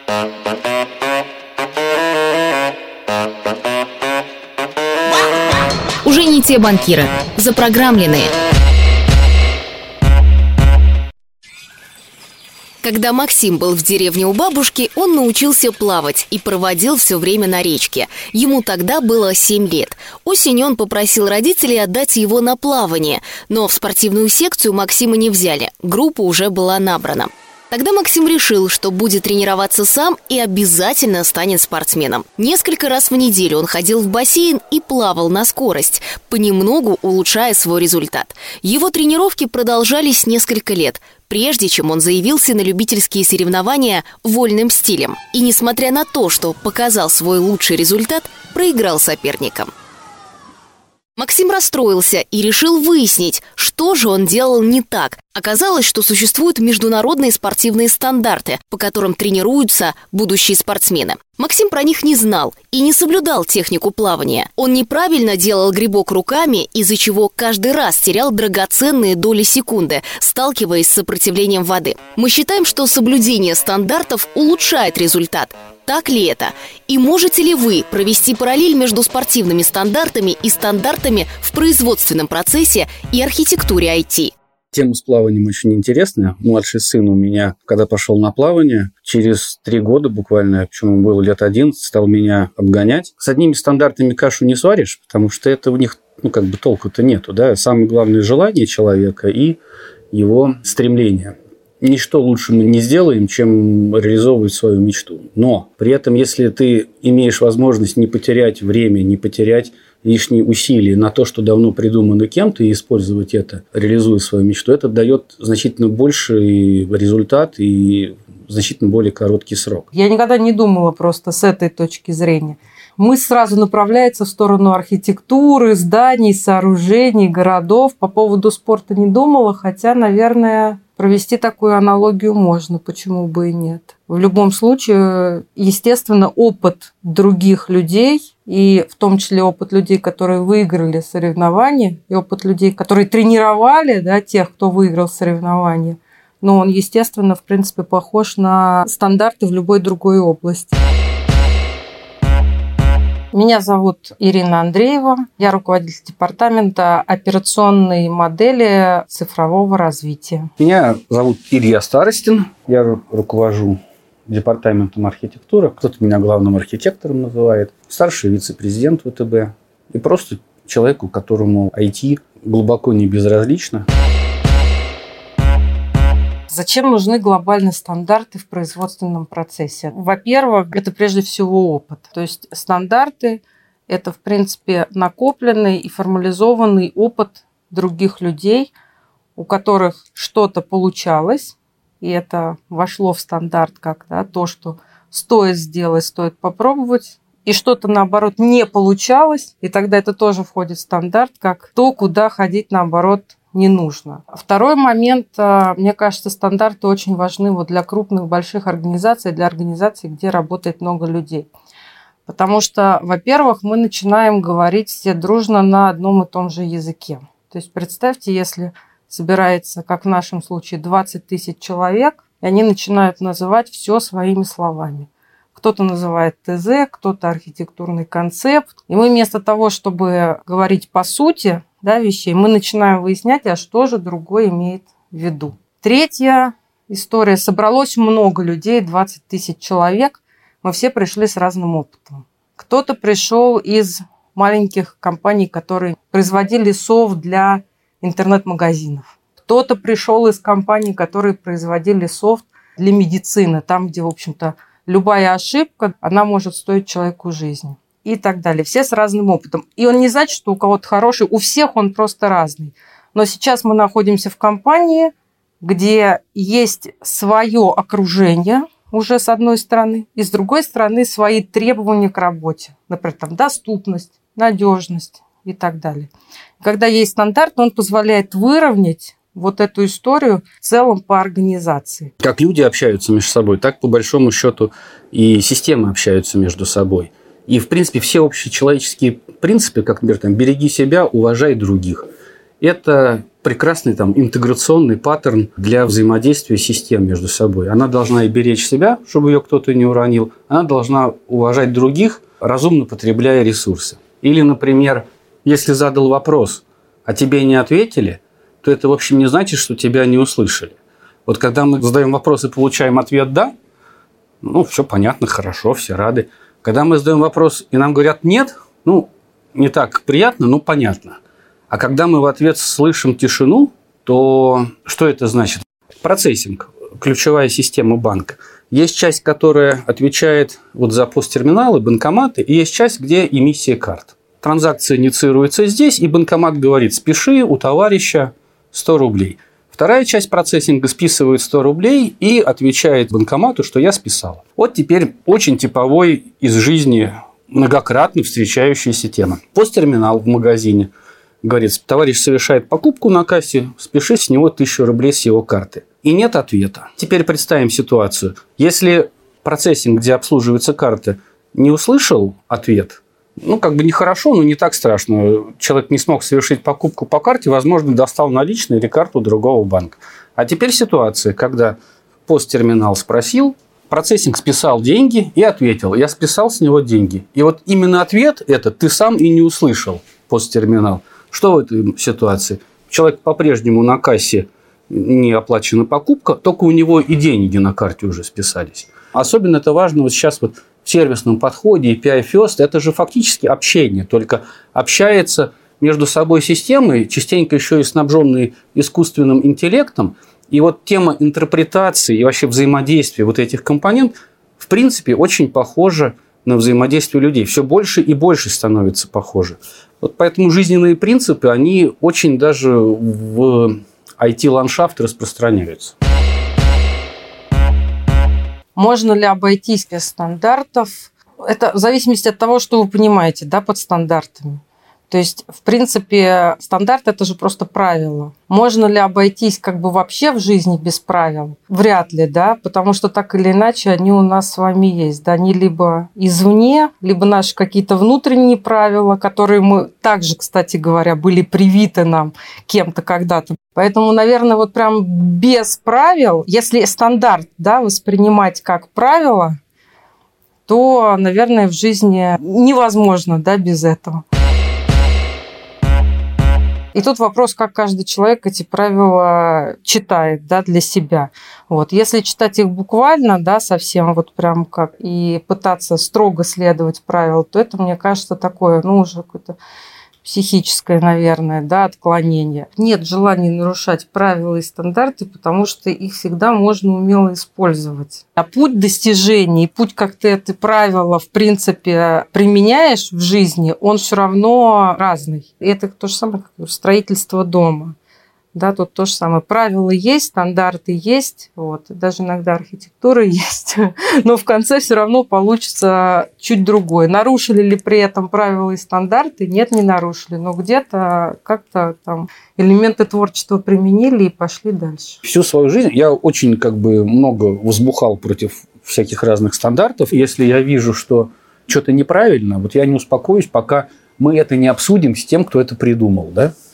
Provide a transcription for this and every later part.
Уже не те банкиры, запрограммленные. Когда Максим был в деревне у бабушки, он научился плавать и проводил все время на речке. Ему тогда было 7 лет. Осенью он попросил родителей отдать его на плавание, но в спортивную секцию Максима не взяли, группа уже была набрана. Тогда Максим решил, что будет тренироваться сам и обязательно станет спортсменом. Несколько раз в неделю он ходил в бассейн и плавал на скорость, понемногу улучшая свой результат. Его тренировки продолжались несколько лет, прежде чем он заявился на любительские соревнования вольным стилем. И несмотря на то, что показал свой лучший результат, проиграл соперникам. Максим расстроился и решил выяснить, что же он делал не так. Оказалось, что существуют международные спортивные стандарты, по которым тренируются будущие спортсмены. Максим про них не знал и не соблюдал технику плавания. Он неправильно делал грибок руками, из-за чего каждый раз терял драгоценные доли секунды, сталкиваясь с сопротивлением воды. Мы считаем, что соблюдение стандартов улучшает результат. Так ли это? И можете ли вы провести параллель между спортивными стандартами и стандартами в производственном процессе и архитектуре IT? Тема с плаванием очень интересная. Младший сын у меня, когда пошел на плавание, через 3 года буквально, почему было лет 11, стал меня обгонять. С одними стандартами кашу не сваришь, потому что это у них, толку-то нету. Да? Самое главное – желание человека и его стремление. Ничто лучше мы не сделаем, чем реализовывать свою мечту. Но при этом, если ты имеешь возможность не потерять время, не потерять лишние усилия на то, что давно придумано кем-то, и использовать это, реализуя свою мечту, это дает значительно больший результат и значительно более короткий срок. Я никогда не думала просто с этой точки зрения. Мысль сразу направляется в сторону архитектуры, зданий, сооружений, городов. По поводу спорта не думала, хотя, наверное, провести такую аналогию можно, почему бы и нет. В любом случае, естественно, опыт других людей, и в том числе опыт людей, которые выиграли соревнования, и опыт людей, которые тренировали, тех, кто выиграл соревнования, но он, естественно, в принципе, похож на стандарты в любой другой области. Меня зовут Ирина Андреева. Я руководитель департамента операционной модели цифрового развития. Меня зовут Илья Старостин. Я руковожу департаментом архитектуры. Кто-то меня главным архитектором называет. Старший вице-президент ВТБ. И просто человеку, которому IT глубоко не безразлично. Зачем нужны глобальные стандарты в производственном процессе? Во-первых, это прежде всего опыт. То есть стандарты – это, в принципе, накопленный и формализованный опыт других людей, у которых что-то получалось, и это вошло в стандарт как то, что стоит сделать, стоит попробовать, и что-то, наоборот, не получалось, и тогда это тоже входит в стандарт, как то, куда ходить, наоборот, не нужно. Второй момент, мне кажется, стандарты очень важны для крупных, больших организаций, для организаций, где работает много людей. Потому что, во-первых, мы начинаем говорить все дружно на одном и том же языке. То есть представьте, если собирается, как в нашем случае, 20 тысяч человек, и они начинают называть все своими словами. Кто-то называет ТЗ, кто-то архитектурный концепт. И мы вместо того, чтобы говорить по сути вещей, мы начинаем выяснять, а что же другой имеет в виду. Третья история. Собралось много людей, 20 тысяч человек. Мы все пришли с разным опытом. Кто-то пришел из маленьких компаний, которые производили софт для интернет-магазинов. Кто-то пришел из компаний, которые производили софт для медицины, там, где, в общем-то, любая ошибка, она может стоить человеку жизни. И так далее. Все с разным опытом. И он не значит, что у кого-то хороший, у всех он просто разный. Но сейчас мы находимся в компании, где есть свое окружение уже с одной стороны, и с другой стороны свои требования к работе. Например, доступность, надежность и так далее. Когда есть стандарт, он позволяет выровнять эту историю в целом по организации. Как люди общаются между собой, так, по большому счету, и системы общаются между собой. И, в принципе, все общечеловеческие принципы, как, например, береги себя, уважай других. Это прекрасный там интеграционный паттерн для взаимодействия систем между собой. Она должна и беречь себя, чтобы ее кто-то не уронил. Она должна уважать других, разумно потребляя ресурсы. Или, например, если задал вопрос, а тебе не ответили, то это, в общем, не значит, что тебя не услышали. Вот когда мы задаем вопрос и получаем ответ «да», все понятно, хорошо, все рады. Когда мы задаем вопрос и нам говорят «нет», не так приятно, но понятно. А когда мы в ответ слышим тишину, то что это значит? Процессинг, ключевая система банка. Есть часть, которая отвечает за посттерминалы, банкоматы, и есть часть, где эмиссия карт. Транзакция инициируется здесь, и банкомат говорит: спеши, у товарища 100 рублей. Вторая часть процессинга списывает 100 рублей и отвечает банкомату, что я списал. Вот теперь очень типовой из жизни многократно встречающаяся тема. Посттерминал в магазине говорит: товарищ совершает покупку на кассе, спеши, с него 1000 рублей с его карты. И нет ответа. Теперь представим ситуацию. Если процессинг, где обслуживаются карты, не услышал ответ, нехорошо, но не так страшно. Человек не смог совершить покупку по карте, возможно, достал наличные или карту другого банка. А теперь ситуация, когда посттерминал спросил, процессинг списал деньги и ответил: я списал с него деньги. И вот именно ответ этот ты сам и не услышал, посттерминал. Что в этой ситуации? Человек по-прежнему на кассе, не оплачена покупка, только у него и деньги на карте уже списались. Особенно это важно сейчас в сервисном подходе, API First, это же фактически общение, только общается между собой системы, частенько еще и снабженные искусственным интеллектом. И тема интерпретации и вообще взаимодействия этих компонентов, в принципе, очень похожа на взаимодействие людей. Все больше и больше становится похоже. Поэтому жизненные принципы, они очень даже в IT-ландшафт распространяются. Можно ли обойтись без стандартов? Это в зависимости от того, что вы понимаете, под стандартами. То есть, в принципе, стандарт – это же просто правило. Можно ли обойтись вообще в жизни без правил? Вряд ли, потому что так или иначе они у нас с вами есть. Они либо извне, либо наши какие-то внутренние правила, которые мы также, кстати говоря, были привиты нам кем-то когда-то. Поэтому, наверное, прям без правил, если стандарт воспринимать как правило, то, наверное, в жизни невозможно без этого. И тут вопрос, как каждый человек эти правила читает для себя. Если читать их буквально, совсем прям как, и пытаться строго следовать правилам, то это, мне кажется, такое, уже какое-то психическое, наверное, отклонение. Нет желания нарушать правила и стандарты, потому что их всегда можно умело использовать. А путь достижений, путь, как ты это правило, в принципе, применяешь в жизни, он все равно разный. И это то же самое, как строительство дома. Тут то же самое. Правила есть, стандарты есть, даже иногда архитектура есть, но в конце все равно получится чуть другое. Нарушили ли при этом правила и стандарты? Нет, не нарушили, но где-то как-то там элементы творчества применили и пошли дальше. Всю свою жизнь я очень много возбухал против всяких разных стандартов. Если я вижу, что что-то неправильно, я не успокоюсь, пока мы это не обсудим с тем, кто это придумал,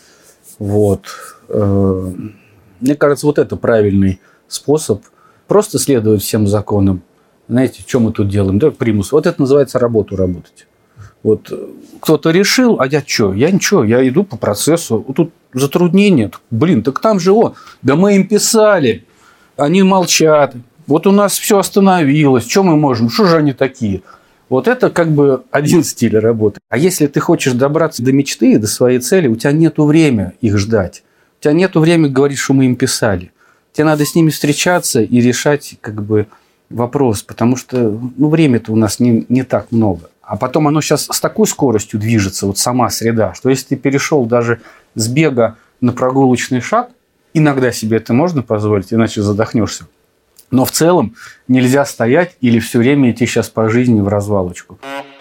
Мне кажется, это правильный способ. Просто следовать всем законам. Знаете, что мы тут делаем? Примус. Это называется работать. Кто-то решил, а я что? Я ничего, я иду по процессу. Тут затруднения. Так там же да мы им писали. Они молчат. У нас все остановилось. Что мы можем? Что же они такие? Это один стиль работы. А если ты хочешь добраться до мечты, до своей цели, у тебя нет времени их ждать. У тебя нет времени говорить, что мы им писали. Тебе надо с ними встречаться и решать вопрос, потому что времени-то у нас не так много. А потом оно сейчас с такой скоростью движется, сама среда, что если ты перешел даже с бега на прогулочный шаг, иногда себе это можно позволить, иначе задохнешься. Но в целом нельзя стоять или все время идти сейчас по жизни в развалочку.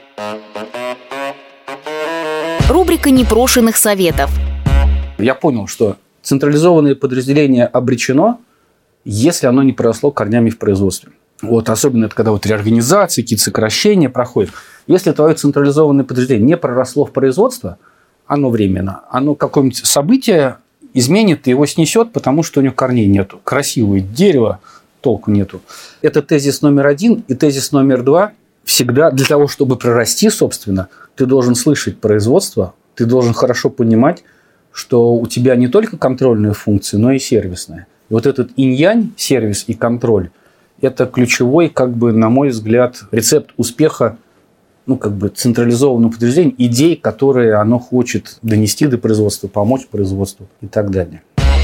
Рубрика непрошенных советов. Я понял, что централизованное подразделение обречено, если оно не проросло корнями в производстве. Особенно это когда реорганизации, какие-то сокращения проходят. Если твое централизованное подразделение не проросло в производство, оно временно. Оно какое-нибудь событие изменит, его снесет, потому что у него корней нету. Красивое дерево, толку нету. Это тезис номер 1. И тезис номер 2. Всегда для того, чтобы прорасти, собственно, ты должен слышать производство, ты должен хорошо понимать, что у тебя не только контрольные функции, но и сервисные. И вот этот инь-янь, сервис и контроль, это ключевой, на мой взгляд, рецепт успеха централизованного подтверждения идей, которые оно хочет донести до производства, помочь производству и так далее.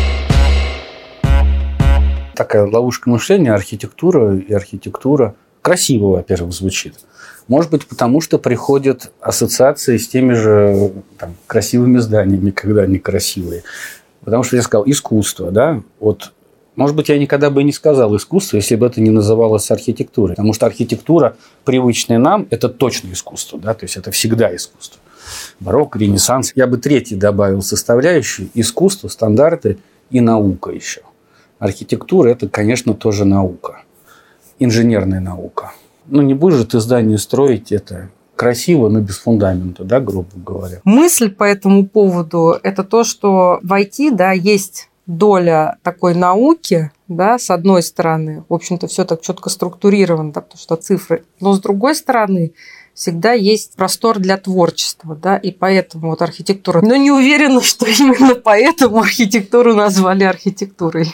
Такая ловушка мышления, архитектура и архитектура. Красиво, во-первых, звучит. Может быть, потому что приходят ассоциации с теми же красивыми зданиями, когда они красивые. Потому что я сказал искусство, да? Может быть, я никогда бы и не сказал искусство, если бы это не называлось архитектурой. Потому что архитектура, привычная нам, это точно искусство, да? То есть это всегда искусство. Барокко, Ренессанс. Я бы третий добавил составляющую: искусство, стандарты и наука еще. Архитектура – это, конечно, тоже наука. Инженерная наука. Не будешь же ты здание строить это красиво, но без фундамента, да, грубо говоря. Мысль по этому поводу – это то, что в IT, да, есть доля такой науки, да, с одной стороны, в общем-то, все так четко структурировано, да, потому что цифры, но с другой стороны, всегда есть простор для творчества, да, и поэтому архитектура. Но не уверена, что именно поэтому архитектуру назвали архитектурой.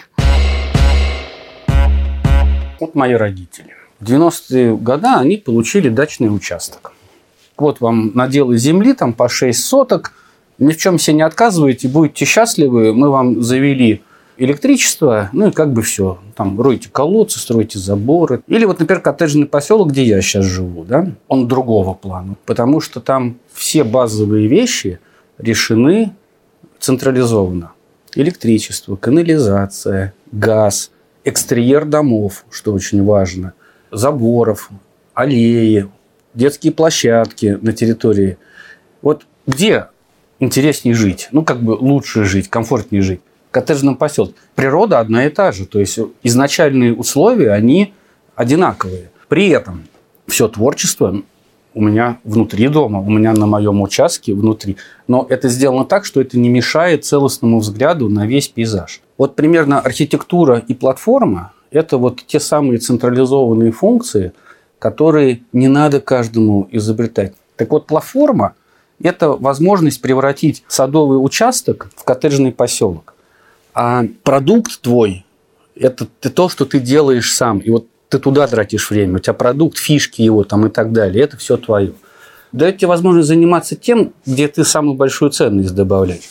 Мои родители. В 90-е годы они получили дачный участок. Вот вам наделы земли, там по 6 соток. Ни в чем себе не отказываете, будете счастливы. Мы вам завели электричество, и все. Там ройте колодцы, стройте заборы. Или например, коттеджный поселок, где я сейчас живу, да, он другого плана. Потому что там все базовые вещи решены централизованно. Электричество, канализация, газ, экстерьер домов, что очень важно, заборов, аллеи, детские площадки на территории. Где интереснее жить? Лучше жить, комфортнее жить. В коттеджном поселке. Природа одна и та же. То есть изначальные условия, они одинаковые. При этом все творчество у меня внутри дома, у меня на моем участке внутри. Но это сделано так, что это не мешает целостному взгляду на весь пейзаж. Примерно архитектура и платформа – это те самые централизованные функции, которые не надо каждому изобретать. Так платформа – это возможность превратить садовый участок в коттеджный поселок. А продукт твой – это то, что ты делаешь сам. И ты туда тратишь время. У тебя продукт, фишки его и так далее. Это все твое. Дает тебе возможность заниматься тем, где ты самую большую ценность добавляешь.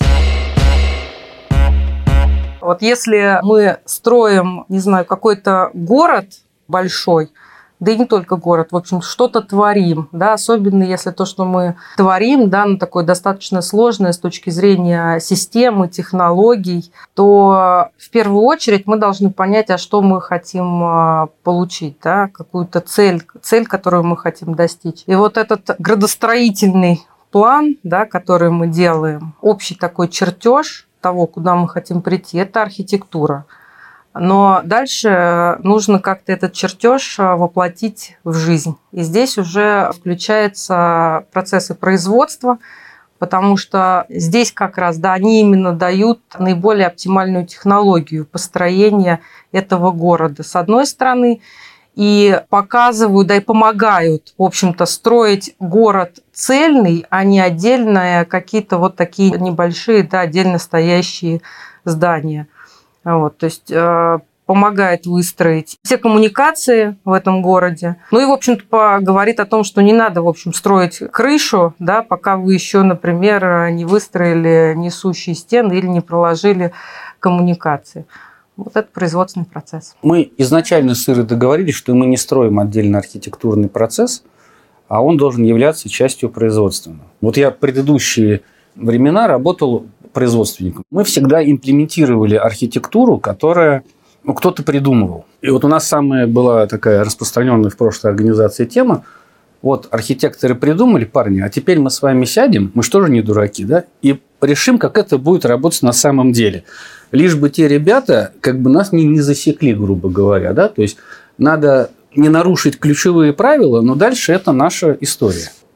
Если мы строим, какой-то город большой, да и не только город, в общем, что-то творим, да, особенно если то, что мы творим, да, такое достаточно сложное с точки зрения системы, технологий, то в первую очередь мы должны понять, а что мы хотим получить, да, какую-то цель, которую мы хотим достичь. И этот градостроительный план, да, который мы делаем, общий такой чертеж того, куда мы хотим прийти, это архитектура. Но дальше нужно как-то этот чертеж воплотить в жизнь. И здесь уже включаются процессы производства, потому что здесь как раз, да, они именно дают наиболее оптимальную технологию построения этого города, с одной стороны, и показывают, да, и помогают, в общем-то, строить город цельный, а не отдельные какие-то такие небольшие, да, отдельно стоящие здания. То есть помогает выстроить все коммуникации в этом городе. И, в общем-то, говорит о том, что не надо, в общем, строить крышу, да, пока вы еще, например, не выстроили несущие стены или не проложили коммуникации. Это производственный процесс. Мы изначально с Ирой договорились, что мы не строим отдельно архитектурный процесс, а он должен являться частью производственного. Я в предыдущие времена работал производственником. Мы всегда имплементировали архитектуру, которая кто-то придумывал. И у нас самая была такая распространенная в прошлой организации тема. Архитекторы придумали, парни, а теперь мы с вами сядем, мы что же не дураки, да, и решим, как это будет работать на самом деле. Лишь бы те ребята нас не засекли, грубо говоря, да, то есть надо не нарушить ключевые правила, но дальше это наша история.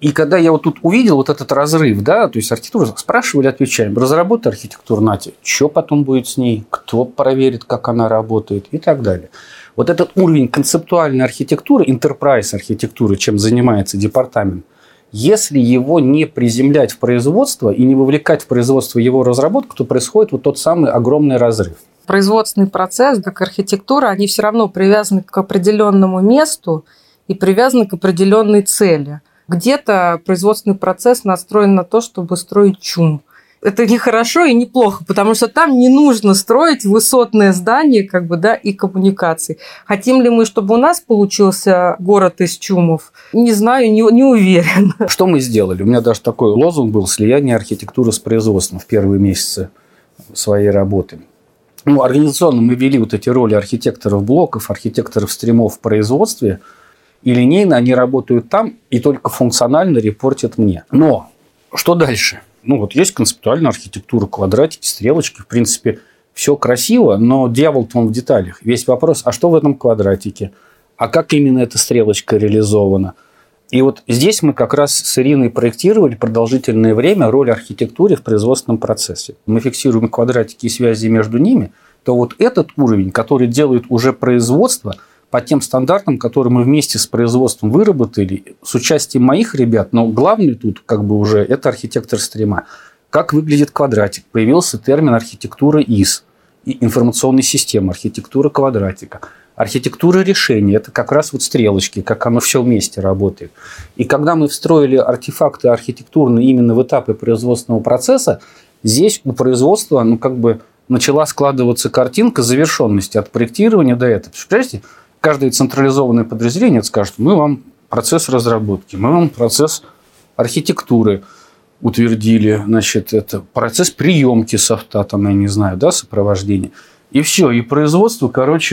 И когда я вот тут увидел вот этот разрыв, да, то есть архитектуру спрашивали, отвечаем, разработай архитектуру, нате, что потом будет с ней, кто проверит, как она работает и так далее. Вот этот уровень концептуальной архитектуры, enterprise архитектуры, чем занимается департамент, если его не приземлять в производство и не вовлекать в производство его разработку, то происходит вот тот самый огромный разрыв. Производственный процесс, как архитектура, они все равно привязаны к определенному месту и привязаны к определенной цели. Где-то производственный процесс настроен на то, чтобы строить ЧУМ. Это не хорошо и не плохо, потому что там не нужно строить высотное здание и коммуникации. Хотим ли мы, чтобы у нас получился город из ЧУМов? Не знаю, не уверен. Что мы сделали? У меня даже такой лозунг был: слияние архитектуры с производством в первые месяцы своей работы. Организационно мы ввели вот эти роли архитекторов блоков, архитекторов стримов в производстве, и линейно они работают там и только функционально репортят мне. Но что дальше? Есть концептуальная архитектура, квадратики, стрелочки. В принципе, все красиво, но дьявол-то он в деталях. Весь вопрос, а что в этом квадратике? А как именно эта стрелочка реализована? И вот здесь мы как раз с Ириной проектировали продолжительное время роль архитектуры в производственном процессе. Мы фиксируем квадратики и связи между ними, то вот этот уровень, который делает уже производство по тем стандартам, которые мы вместе с производством выработали, с участием моих ребят, но главный тут уже это архитектор стрима. Как выглядит квадратик? Появился термин архитектура ИС, информационной системы, архитектура квадратика. Архитектура решения – это как раз вот стрелочки, как оно все вместе работает. И когда мы встроили артефакты архитектурные именно в этапы производственного процесса, здесь у производства начала складываться картинка завершенности от проектирования до этого. Представляете, каждое централизованное подразделение скажет: мы вам процесс разработки, мы вам процесс архитектуры утвердили, это процесс приемки софта, сопровождения. И все, и производство,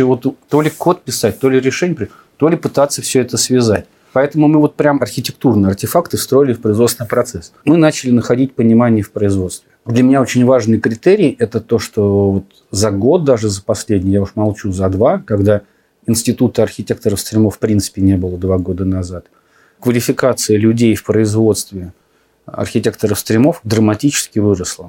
то ли код писать, то ли решение, то ли пытаться все это связать. Поэтому мы прям архитектурные артефакты встроили в производственный процесс. Мы начали находить понимание в производстве. Для меня очень важный критерий – это то, что за год, даже за последний, я уж молчу, за 2, когда института архитекторов стримов в принципе не было 2 года назад, квалификация людей в производстве архитекторов стримов драматически выросла.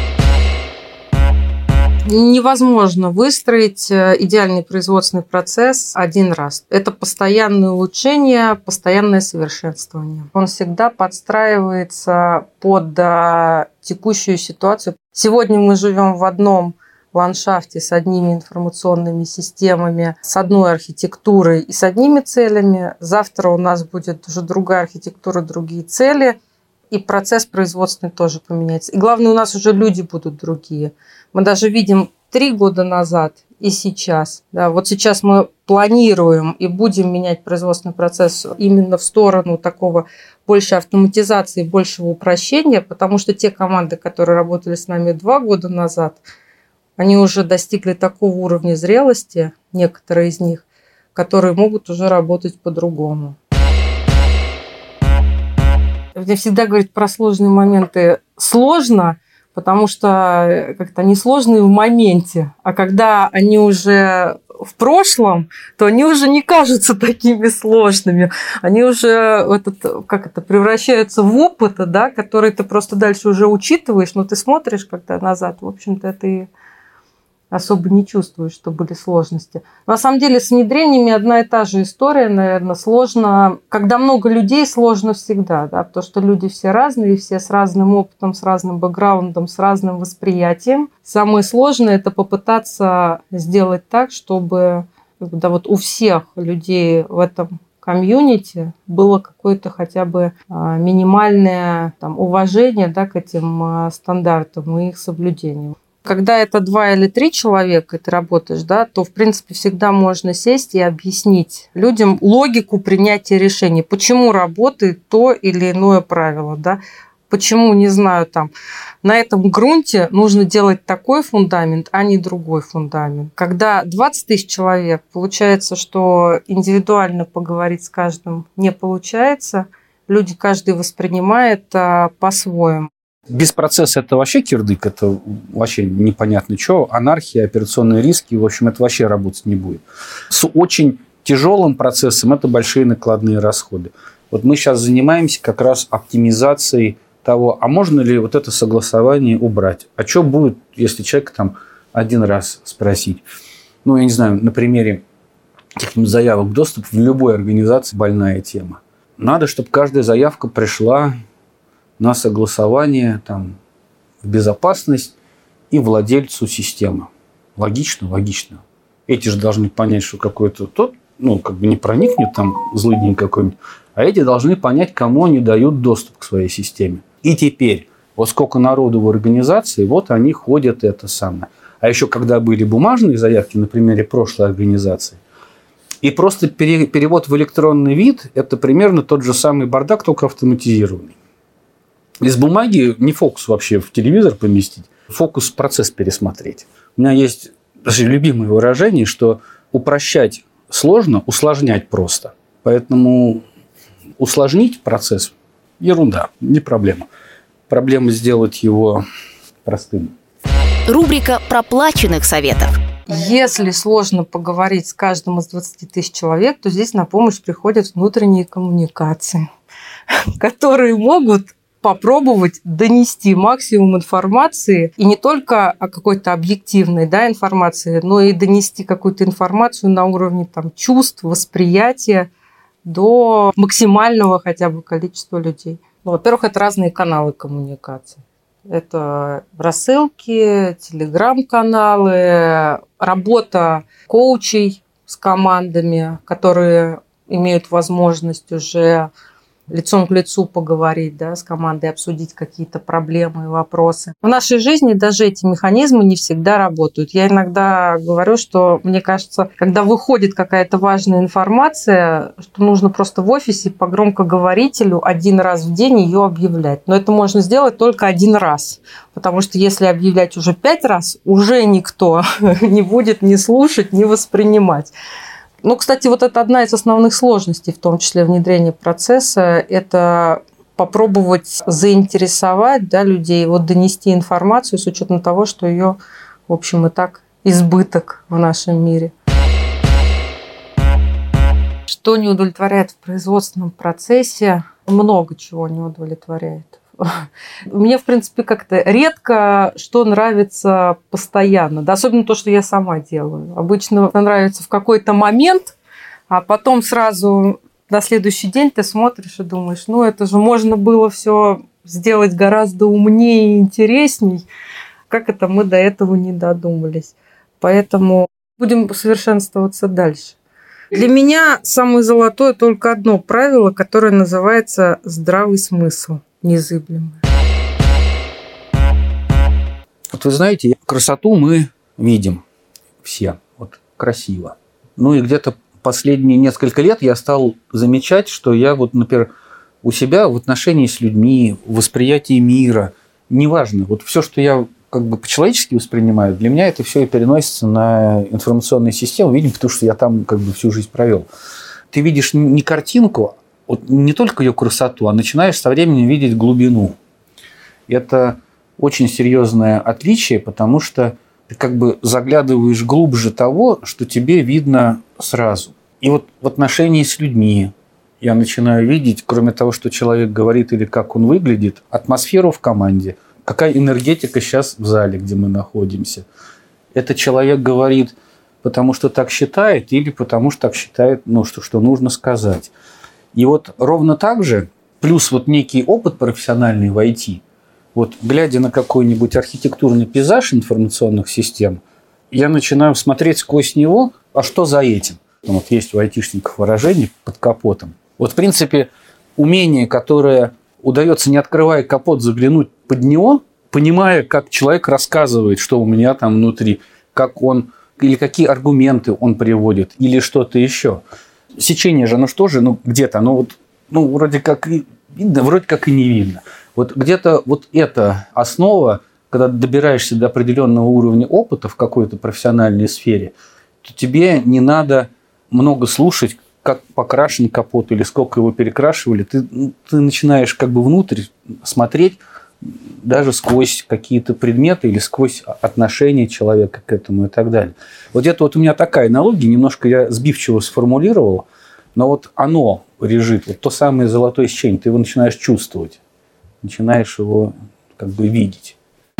Невозможно выстроить идеальный производственный процесс один раз. Это постоянное улучшение, постоянное совершенствование. Он всегда подстраивается под текущую ситуацию. Сегодня мы живем в одном ландшафте с одними информационными системами, с одной архитектурой и с одними целями. Завтра у нас будет уже другая архитектура, другие цели. И процесс производственный тоже поменяется. И главное, у нас уже люди будут другие. Мы даже видим 3 года назад и сейчас. Вот сейчас мы планируем и будем менять производственный процесс именно в сторону такого больше автоматизации, большего упрощения, потому что те команды, которые работали с нами 2 года назад, они уже достигли такого уровня зрелости, некоторые из них, которые могут уже работать по-другому. Мне всегда говорят про сложные моменты. Сложно, потому что как-то они сложные в моменте. А когда они уже в прошлом, то они уже не кажутся такими сложными. Они уже превращаются в опыт, который ты просто дальше уже учитываешь, но ты смотришь когда назад, в общем-то, ты особо не чувствуешь, что были сложности. На самом деле с внедрениями одна и та же история, наверное, сложно. Когда много людей, сложно всегда, потому что люди все разные, все с разным опытом, с разным бэкграундом, с разным восприятием. Самое сложное – это попытаться сделать так, чтобы у всех людей в этом комьюнити было какое-то хотя бы минимальное уважение к этим стандартам и их соблюдению. Когда это 2 или 3 человека, и ты работаешь, то, в принципе, всегда можно сесть и объяснить людям логику принятия решений. Почему работает то или иное правило, Почему, не знаю, на этом грунте нужно делать такой фундамент, а не другой фундамент. Когда 20 тысяч человек, получается, что индивидуально поговорить с каждым не получается. Люди каждый воспринимает по-своему. Без процесса это вообще кирдык, это вообще непонятно что, анархия, операционные риски, в общем, это вообще работать не будет. С очень тяжелым процессам это большие накладные расходы. Вот мы сейчас занимаемся как раз оптимизацией того, а можно ли вот это согласование убрать? А что будет, если человек там один раз спросить? Ну, я не знаю, на примере каких-нибудь заявок в доступ в любой организации больная тема. Надо, чтобы каждая заявка пришла на согласование там, в безопасность и владельцу системы. Логично, логично. Эти же должны понять, что какой-то тот, ну, как бы не проникнет там злыдень какой-нибудь, а эти должны понять, кому они дают доступ к своей системе. И теперь, вот сколько народу в организации, вот они ходят это самое. А еще, когда были бумажные заявки, на примере прошлой организации, и просто перевод в электронный вид – это примерно тот же самый бардак, только автоматизированный. Из бумаги не фокус вообще в телевизор поместить, фокус процесс пересмотреть. У меня есть даже любимое выражение, что упрощать сложно, усложнять просто. Поэтому усложнить процесс – ерунда, не проблема. Проблема сделать его простым. Рубрика проплаченных советов. Если сложно поговорить с каждым из 20 тысяч человек, то здесь на помощь приходят внутренние коммуникации, которые могут попробовать донести максимум информации, и не только о какой-то объективной информации, но и донести какую-то информацию на уровне чувств, восприятия до максимального хотя бы количества людей. Во-первых, это разные каналы коммуникации. Это рассылки, телеграм-каналы, работа коучей с командами, которые имеют возможность уже лицом к лицу поговорить с командой, обсудить какие-то проблемы и вопросы. В нашей жизни даже эти механизмы не всегда работают. Я иногда говорю, что, мне кажется, когда выходит какая-то важная информация, что нужно просто в офисе по громкоговорителю один раз в день ее объявлять. Но это можно сделать только один раз. Потому что если объявлять уже 5 раз, уже никто не будет ни слушать, ни воспринимать. Кстати, вот это одна из основных сложностей, в том числе внедрения процесса, это попробовать заинтересовать людей, донести информацию с учетом того, что ее, в общем, и так избыток в нашем мире. Что не удовлетворяет в производственном процессе? Много чего не удовлетворяет. Мне, в принципе, как-то редко что нравится постоянно. Особенно то, что я сама делаю. Обычно нравится в какой-то момент, а потом сразу на следующий день ты смотришь и думаешь, это же можно было все сделать гораздо умнее и интересней. Как это мы до этого не додумались? Поэтому будем совершенствоваться дальше. Для меня самое золотое только одно правило, которое называется здравый смысл. Незыблемое. Вот вы знаете, красоту мы видим все. Красиво. И где-то последние несколько лет я стал замечать, что я, например, у себя в отношении с людьми, в восприятии мира, неважно, все, что я по-человечески воспринимаю, для меня это все и переносится на информационные системы, видимо, потому что я там всю жизнь провел. Ты видишь не картинку, не только ее красоту, а начинаешь со временем видеть глубину. Это очень серьезное отличие, потому что ты заглядываешь глубже того, что тебе видно сразу. И в отношении с людьми я начинаю видеть, кроме того, что человек говорит или как он выглядит, атмосферу в команде, какая энергетика сейчас в зале, где мы находимся. Это человек говорит, потому что так считает, или потому что так считает, что нужно сказать. И ровно так же, плюс некий опыт профессиональный в IT, глядя на какой-нибудь архитектурный пейзаж информационных систем, я начинаю смотреть сквозь него, а что за этим? Есть у айтишников выражение под капотом. В принципе, умение, которое удается, не открывая капот, заглянуть под него, понимая, как человек рассказывает, что у меня там внутри, как он, или какие аргументы он приводит, или что-то еще. Сечение же, что же, где-то, вроде как и видно, вроде как и не видно. Где-то эта основа, когда добираешься до определенного уровня опыта в какой-то профессиональной сфере, то тебе не надо много слушать, как покрашен капот или сколько его перекрашивали. Ты начинаешь внутрь смотреть, даже сквозь какие-то предметы или сквозь отношение человека к этому и так далее. Вот где-то вот у меня такая аналогия, немножко я сбивчиво сформулировал, но вот оно лежит, вот то самое золотое сечение, ты его начинаешь чувствовать, начинаешь его как бы видеть.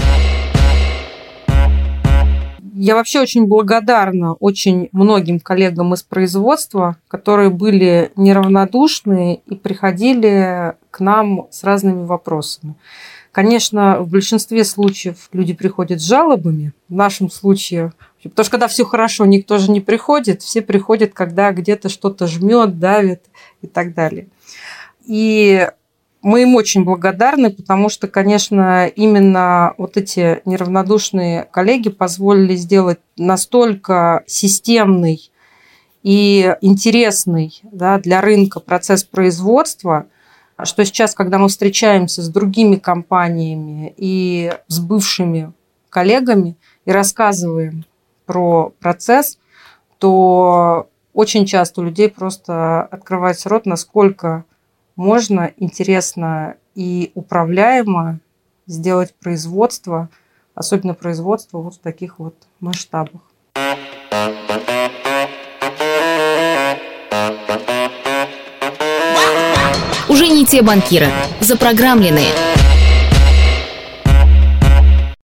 Я вообще очень благодарна очень многим коллегам из производства, которые были неравнодушны и приходили к нам с разными вопросами. Конечно, в большинстве случаев люди приходят с жалобами. В нашем случае, потому что когда все хорошо, никто же не приходит. Все приходят, когда где-то что-то жмет, давит и так далее. И мы им очень благодарны, потому что, конечно, именно вот эти неравнодушные коллеги позволили сделать настолько системный и интересный, да, для рынка процесс производства, что сейчас, когда мы встречаемся с другими компаниями и с бывшими коллегами и рассказываем про процесс, то очень часто у людей просто открывается рот, насколько можно интересно и управляемо сделать производство, особенно производство вот в таких вот масштабах. Уже не те банкиры, запрограммленные.